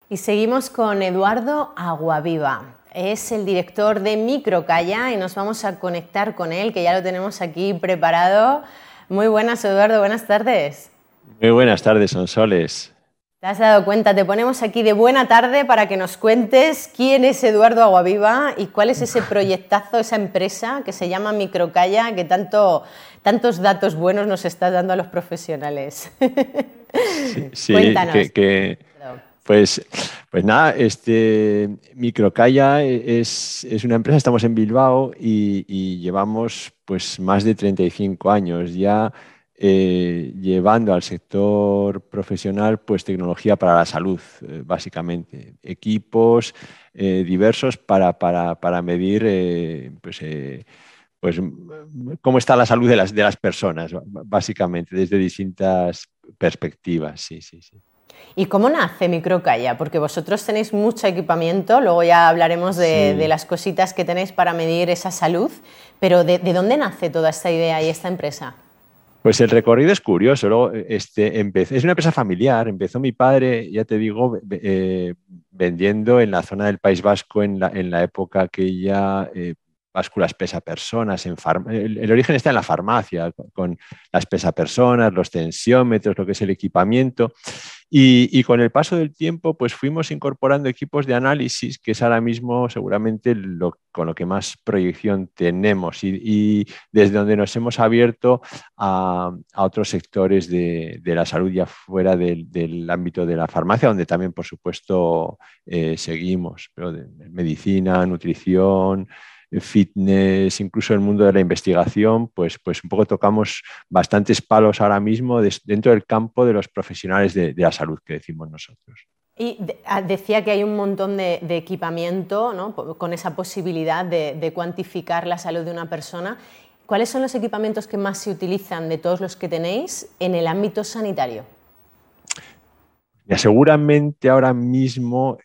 Y seguimos con Eduardo Aguaviva. Es el director de Microcalla y nos vamos a conectar con él, que ya lo tenemos aquí preparado. Muy buenas, Eduardo, buenas tardes. Muy buenas tardes, Sonsoles. ¿Te has dado cuenta? Te ponemos aquí de buena tarde para que nos cuentes quién es Eduardo Aguaviva y cuál es ese proyectazo, esa empresa que se llama Microcalla, que tantos datos buenos nos está dando a los profesionales. Sí, sí, Cuéntanos. pues, pues nada, Microcalla es una empresa, estamos en Bilbao y llevamos pues más de 35 años ya llevando al sector profesional pues tecnología para la salud, básicamente. Equipos diversos para medir pues cómo está la salud de las personas, básicamente, desde distintas perspectivas. Sí, sí, sí. ¿Y cómo nace Microcalla? Porque vosotros tenéis mucho equipamiento, luego ya hablaremos de Sí. las cositas que tenéis para medir esa salud, pero ¿de dónde nace toda esta idea y esta empresa? Pues el recorrido es curioso. Luego, es una empresa familiar. Empezó mi padre, ya te digo, vendiendo en la zona del País Vasco en la época que ya básculas pesa personas. El origen está en la farmacia, con las pesa personas, los tensiómetros, lo que es el equipamiento. Y con el paso del tiempo, pues fuimos incorporando equipos de análisis, que es ahora mismo seguramente con lo que más proyección tenemos y desde donde nos hemos abierto a otros sectores de la salud ya fuera del ámbito de la farmacia, donde también, por supuesto, seguimos, pero de medicina, nutrición, fitness, incluso el mundo de la investigación, pues un poco tocamos bastantes palos ahora mismo dentro del campo de los profesionales de la salud, que decimos nosotros. Decía que hay un montón de equipamiento, ¿no? Con esa posibilidad de cuantificar la salud de una persona. ¿Cuáles son los equipamientos que más se utilizan de todos los que tenéis en el ámbito sanitario? Ya, seguramente ahora mismo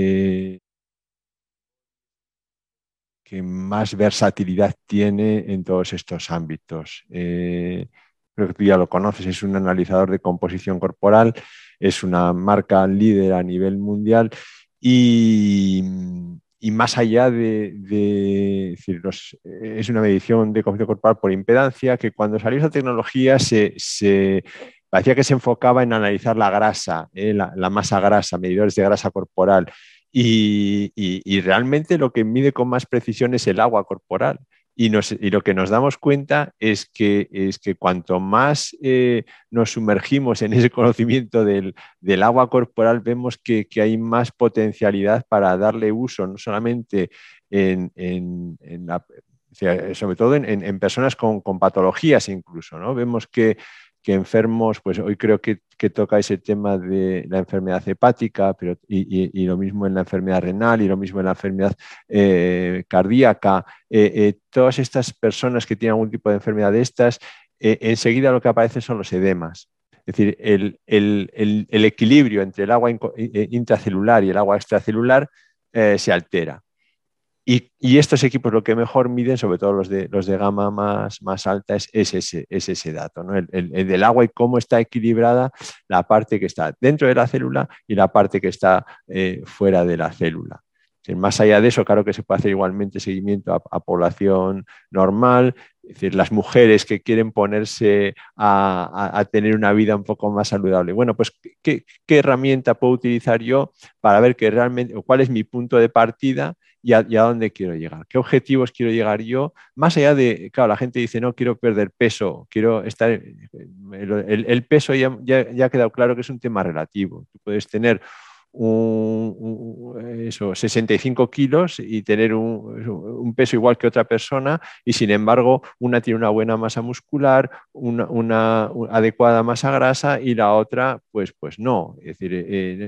que más versatilidad tiene en todos estos ámbitos. Creo que tú ya lo conoces, es un analizador de composición corporal, es una marca líder a nivel mundial y, y más allá decir, es una medición de composición corporal por impedancia que cuando salió esa tecnología parecía que se enfocaba en analizar la grasa, la masa grasa, medidores de grasa corporal y realmente lo que mide con más precisión es el agua corporal. Y lo que nos damos cuenta es que cuanto más nos sumergimos en ese conocimiento del agua corporal, vemos que hay más potencialidad para darle uso, no solamente en sobre todo en personas con patologías incluso, ¿no? Vemos que enfermos, pues hoy creo que toca ese tema de la enfermedad hepática, y lo mismo en la enfermedad renal y lo mismo en la enfermedad cardíaca. Todas estas personas que tienen algún tipo de enfermedad de estas, enseguida lo que aparece son los edemas. Es decir, el equilibrio entre el agua intracelular y el agua extracelular se altera. Y estos equipos lo que mejor miden, sobre todo los de gama más alta, es ese dato, ¿no? El del agua y cómo está equilibrada la parte que está dentro de la célula y la parte que está fuera de la célula. Más allá de eso, claro que se puede hacer igualmente seguimiento a población normal, es decir, las mujeres que quieren ponerse a tener una vida un poco más saludable. Bueno, pues, ¿qué herramienta puedo utilizar yo para ver que realmente, cuál es mi punto de partida y a dónde quiero llegar? ¿Qué objetivos quiero llegar yo? Más allá de, claro, la gente dice, no, quiero perder peso, quiero estar... El peso ya ha quedado claro que es un tema relativo. Tú puedes tener eso, 65 kilos y tener un peso igual que otra persona y sin embargo una tiene una buena masa muscular, una adecuada masa grasa y la otra pues no. Es decir,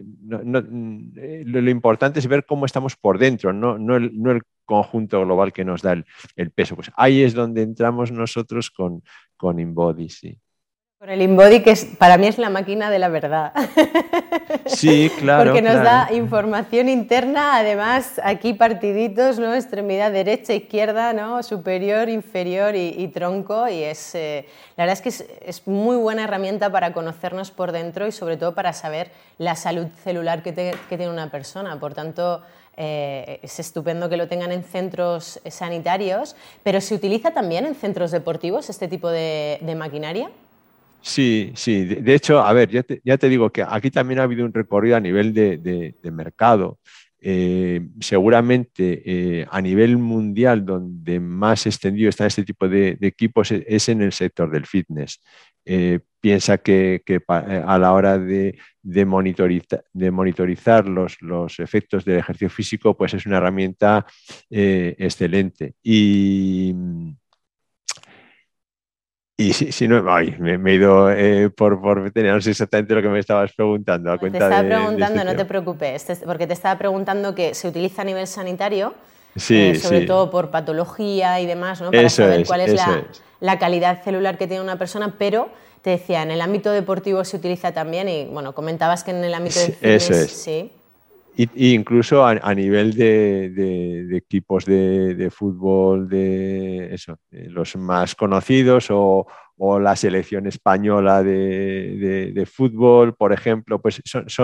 lo importante es ver cómo estamos por dentro, no el conjunto global que nos da el peso. Pues ahí es donde entramos nosotros con InBody, sí. Con el InBody, que para mí es la máquina de la verdad. Sí, claro. Porque nos da información interna, además aquí partiditos, ¿no? Extremidad derecha, izquierda, ¿no? Superior, inferior y tronco. Y la verdad es que es muy buena herramienta para conocernos por dentro y sobre todo para saber la salud celular que tiene una persona. Por tanto, es estupendo que lo tengan en centros sanitarios, pero ¿se utiliza también en centros deportivos este tipo de maquinaria? Sí, sí. De hecho, a ver, ya te digo que aquí también ha habido un recorrido a nivel de mercado. Seguramente a nivel mundial donde más extendido está este tipo de equipos es en el sector del fitness. Piensa que a la hora de monitorizar los efectos del ejercicio físico, pues es una herramienta excelente. Y si no, ay, me he ido por veterinario, no sé exactamente lo que me estabas preguntando a Te cuenta estaba de este preguntando, no te tema. preocupes, porque te estaba preguntando que se utiliza a nivel sanitario, Sí, sobre sí, todo por patología y demás, ¿no? Para eso saber es, cuál es eso es. la calidad celular que tiene una persona, pero te decía, en el ámbito deportivo se utiliza también y, bueno, comentabas que en el ámbito del Sí, eso fitness es. sí. Y incluso a nivel de equipos de fútbol, de eso, de los más conocidos o la selección española de fútbol, por ejemplo, pues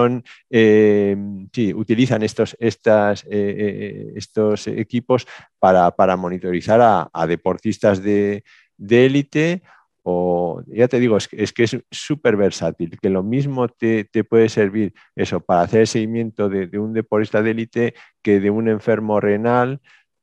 sí, utilizan estos equipos para monitorizar a deportistas de élite. O ya te digo, es que es súper versátil, que lo mismo te puede servir eso, para hacer el seguimiento de un deportista de élite que de un enfermo renal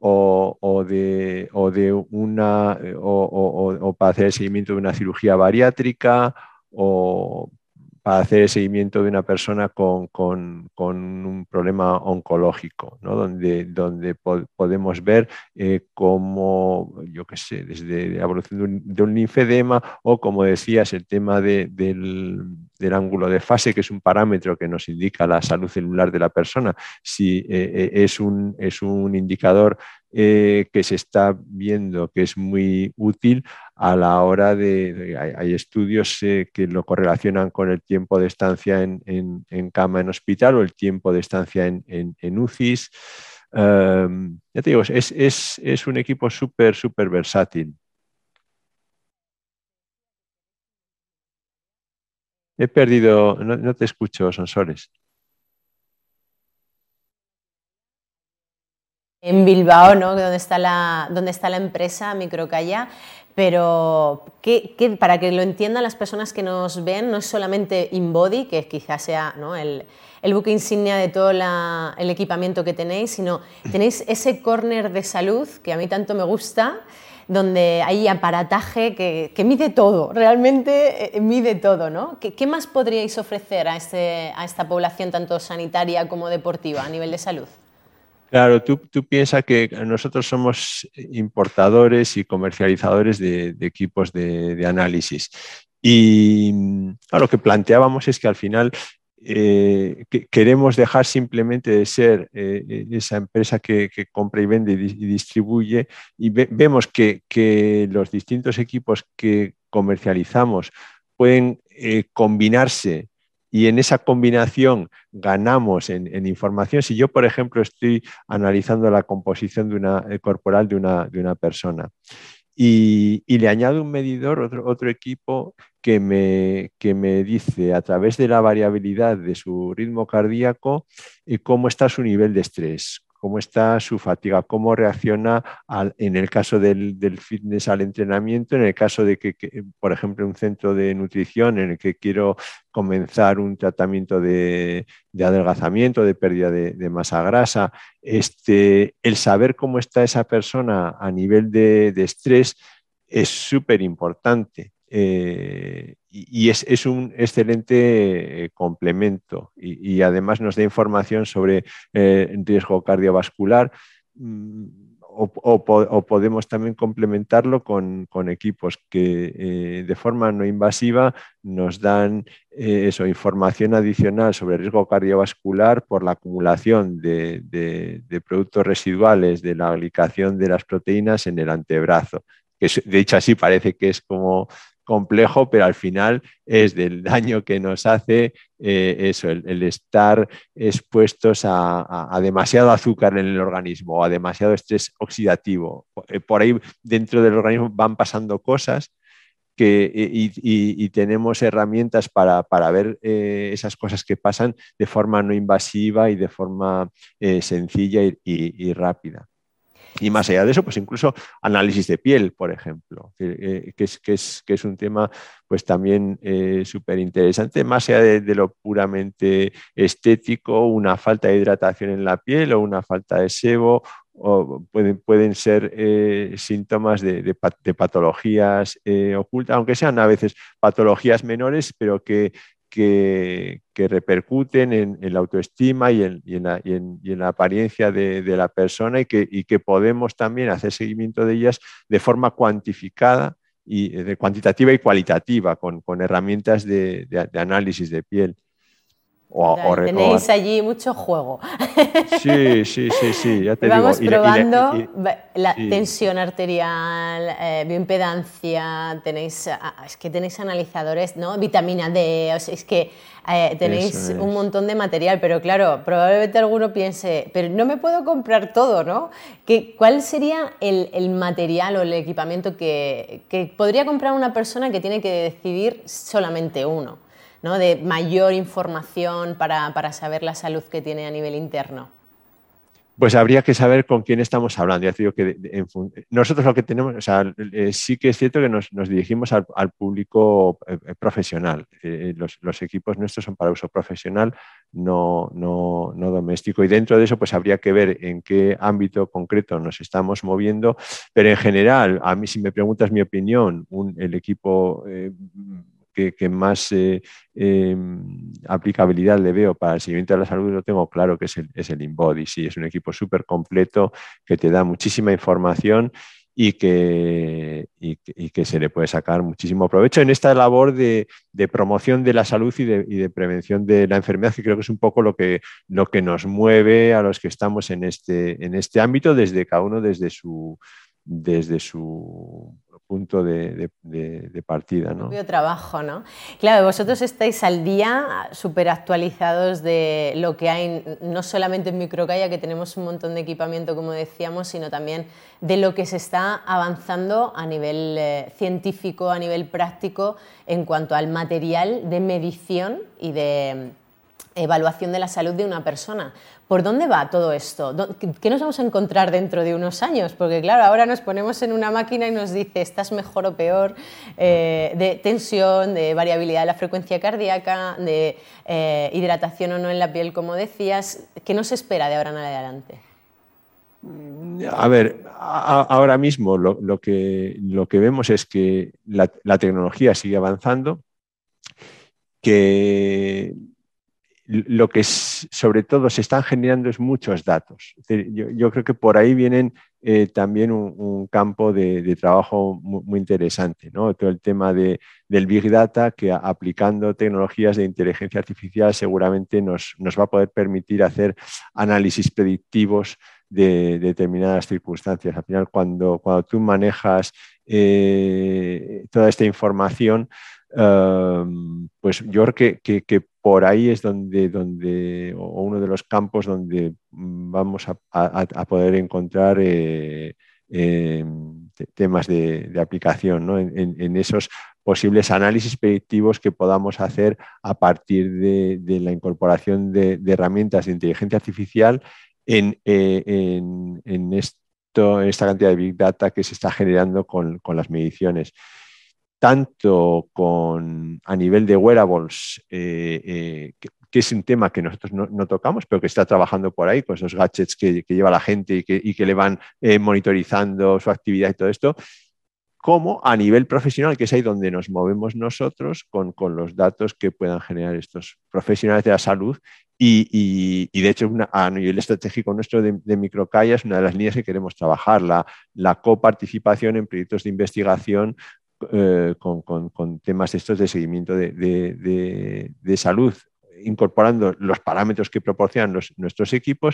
o para hacer el seguimiento de una cirugía bariátrica o para hacer el seguimiento de una persona con un problema oncológico, ¿no? Donde podemos ver cómo, yo qué sé, desde la evolución de un linfedema o, como decías, el tema del ángulo de fase, que es un parámetro que nos indica la salud celular de la persona, si es un indicador que se está viendo que es muy útil a la hora hay estudios que lo correlacionan con el tiempo de estancia en cama en hospital o el tiempo de estancia en UCIs. Ya te digo, es un equipo súper, súper versátil. He perdido, no te escucho, Sonsoles. En Bilbao, ¿no? Donde está la empresa Microcalla, pero para que lo entiendan las personas que nos ven, no es solamente InBody, que quizás sea, ¿no? el buque insignia de todo el equipamiento que tenéis, sino tenéis ese corner de salud que a mí tanto me gusta, donde hay aparataje que mide todo, realmente mide todo, ¿no? ¿Qué más podríais ofrecer a esta población, tanto sanitaria como deportiva, a nivel de salud? Claro, tú piensas que nosotros somos importadores y comercializadores de equipos de análisis. Y lo que planteábamos es que al final queremos dejar simplemente de ser esa empresa que compra y vende y distribuye y vemos que los distintos equipos que comercializamos pueden combinarse y en esa combinación ganamos en información. Si yo, por ejemplo, estoy analizando la composición corporal de una persona y le añado un medidor, otro equipo que me dice a través de la variabilidad de su ritmo cardíaco cómo está su nivel de estrés, cómo está su fatiga, cómo reacciona en el caso del fitness al entrenamiento, en el caso de por ejemplo, un centro de nutrición en el que quiero comenzar un tratamiento de adelgazamiento, de pérdida de masa grasa. El saber cómo está esa persona a nivel de estrés es súper importante. Y es un excelente complemento y además nos da información sobre riesgo cardiovascular. O podemos también complementarlo con equipos que de forma no invasiva nos dan información adicional sobre riesgo cardiovascular por la acumulación de productos residuales de la glicación de las proteínas en el antebrazo. Que de hecho así parece que es como complejo, pero al final es del daño que nos hace eso, el estar expuestos a demasiado azúcar en el organismo o a demasiado estrés oxidativo. Por ahí dentro del organismo van pasando cosas y tenemos herramientas para ver esas cosas que pasan de forma no invasiva y de forma sencilla y rápida. Y más allá de eso, pues incluso análisis de piel, por ejemplo, que es un tema pues también súper interesante, más allá de lo puramente estético, una falta de hidratación en la piel o una falta de sebo, o pueden ser síntomas de patologías ocultas, aunque sean a veces patologías menores, pero que repercuten en la autoestima y en la apariencia de la persona y que podemos también hacer seguimiento de ellas de forma cuantificada, cuantitativa y cualitativa, con herramientas de análisis de piel. Tenéis allí mucho juego. Sí, ya te Vamos digo. probando la tensión arterial, bioimpedancia, es que tenéis analizadores, ¿no? Vitamina D, o sea, es que tenéis un montón de material, pero claro, probablemente alguno piense, pero no me puedo comprar todo, ¿no? ¿Cuál sería el material o el equipamiento que podría comprar una persona que tiene que decidir solamente uno, ¿no? De mayor información para saber la salud que tiene a nivel interno? Pues habría que saber con quién estamos hablando. Ya te digo que nosotros lo que tenemos, o sea, sí que es cierto que nos dirigimos al público profesional. Los equipos nuestros son para uso profesional, no doméstico. Y dentro de eso, pues habría que ver en qué ámbito concreto nos estamos moviendo. Pero en general, a mí, si me preguntas mi opinión, el equipo que más aplicabilidad le veo para el seguimiento de la salud, lo tengo claro que es el InBody. Sí, es un equipo súper completo que te da muchísima información y que se le puede sacar muchísimo provecho en esta labor de promoción de la salud y de prevención de la enfermedad, que creo que es un poco lo que nos mueve a los que estamos en este ámbito, desde cada uno desde su punto de partida, ¿no? Propio trabajo, ¿no? Claro, vosotros estáis al día, súper actualizados de lo que hay, no solamente en Microkaya, que tenemos un montón de equipamiento, como decíamos, sino también de lo que se está avanzando a nivel científico, a nivel práctico, en cuanto al material de medición y de evaluación de la salud de una persona. ¿Por dónde va todo esto? ¿Qué nos vamos a encontrar dentro de unos años? Porque claro, ahora nos ponemos en una máquina y nos dice estás mejor o peor de tensión, de variabilidad de la frecuencia cardíaca, de hidratación o no en la piel, como decías. ¿Qué nos espera de ahora en adelante? A ver, ahora mismo lo que vemos es que la tecnología sigue avanzando, que lo que sobre todo se están generando es muchos datos. Es decir, yo creo que por ahí vienen también un campo de trabajo muy interesante, ¿no? Todo el tema del Big Data, que aplicando tecnologías de inteligencia artificial seguramente nos va a poder permitir hacer análisis predictivos de determinadas circunstancias. Al final, cuando tú manejas toda esta información, pues yo creo que por ahí es donde o uno de los campos donde vamos a poder encontrar temas de aplicación, ¿no? En esos posibles análisis predictivos que podamos hacer a partir de la incorporación de herramientas de inteligencia artificial en esta cantidad de Big Data que se está generando con las mediciones. Tanto a nivel de wearables, que es un tema que nosotros no tocamos, pero que está trabajando por ahí con esos gadgets que lleva la gente y que le van monitorizando su actividad y todo esto, como a nivel profesional, que es ahí donde nos movemos nosotros con los datos que puedan generar estos profesionales de la salud. Y de hecho, a nivel estratégico nuestro de Microkaya es una de las líneas que queremos trabajar, la coparticipación en proyectos de investigación con temas estos de seguimiento de salud, incorporando los parámetros que proporcionan nuestros equipos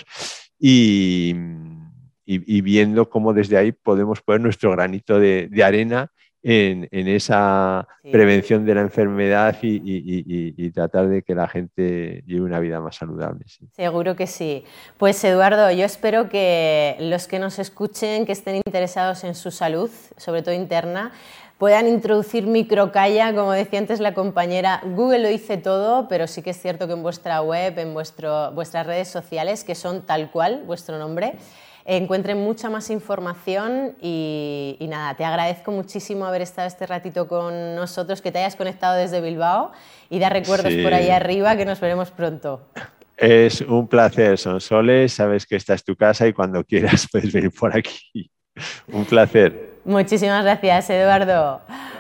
y viendo cómo desde ahí podemos poner nuestro granito de arena en esa Sí. prevención de la enfermedad y tratar de que la gente lleve una vida más saludable. Sí. Seguro que sí. Pues Eduardo, yo espero que los que nos escuchen, que estén interesados en su salud, sobre todo interna, puedan introducir microcalla, como decía antes la compañera. Google lo dice todo, pero sí que es cierto que en vuestra web, en vuestras redes sociales, que son tal cual vuestro nombre, encuentren mucha más información y nada, te agradezco muchísimo haber estado este ratito con nosotros, que te hayas conectado desde Bilbao y dar recuerdos por ahí arriba, que nos veremos pronto. Es un placer, Sonsoles, sabes que esta es tu casa y cuando quieras puedes venir por aquí. Un placer. Muchísimas gracias, Eduardo.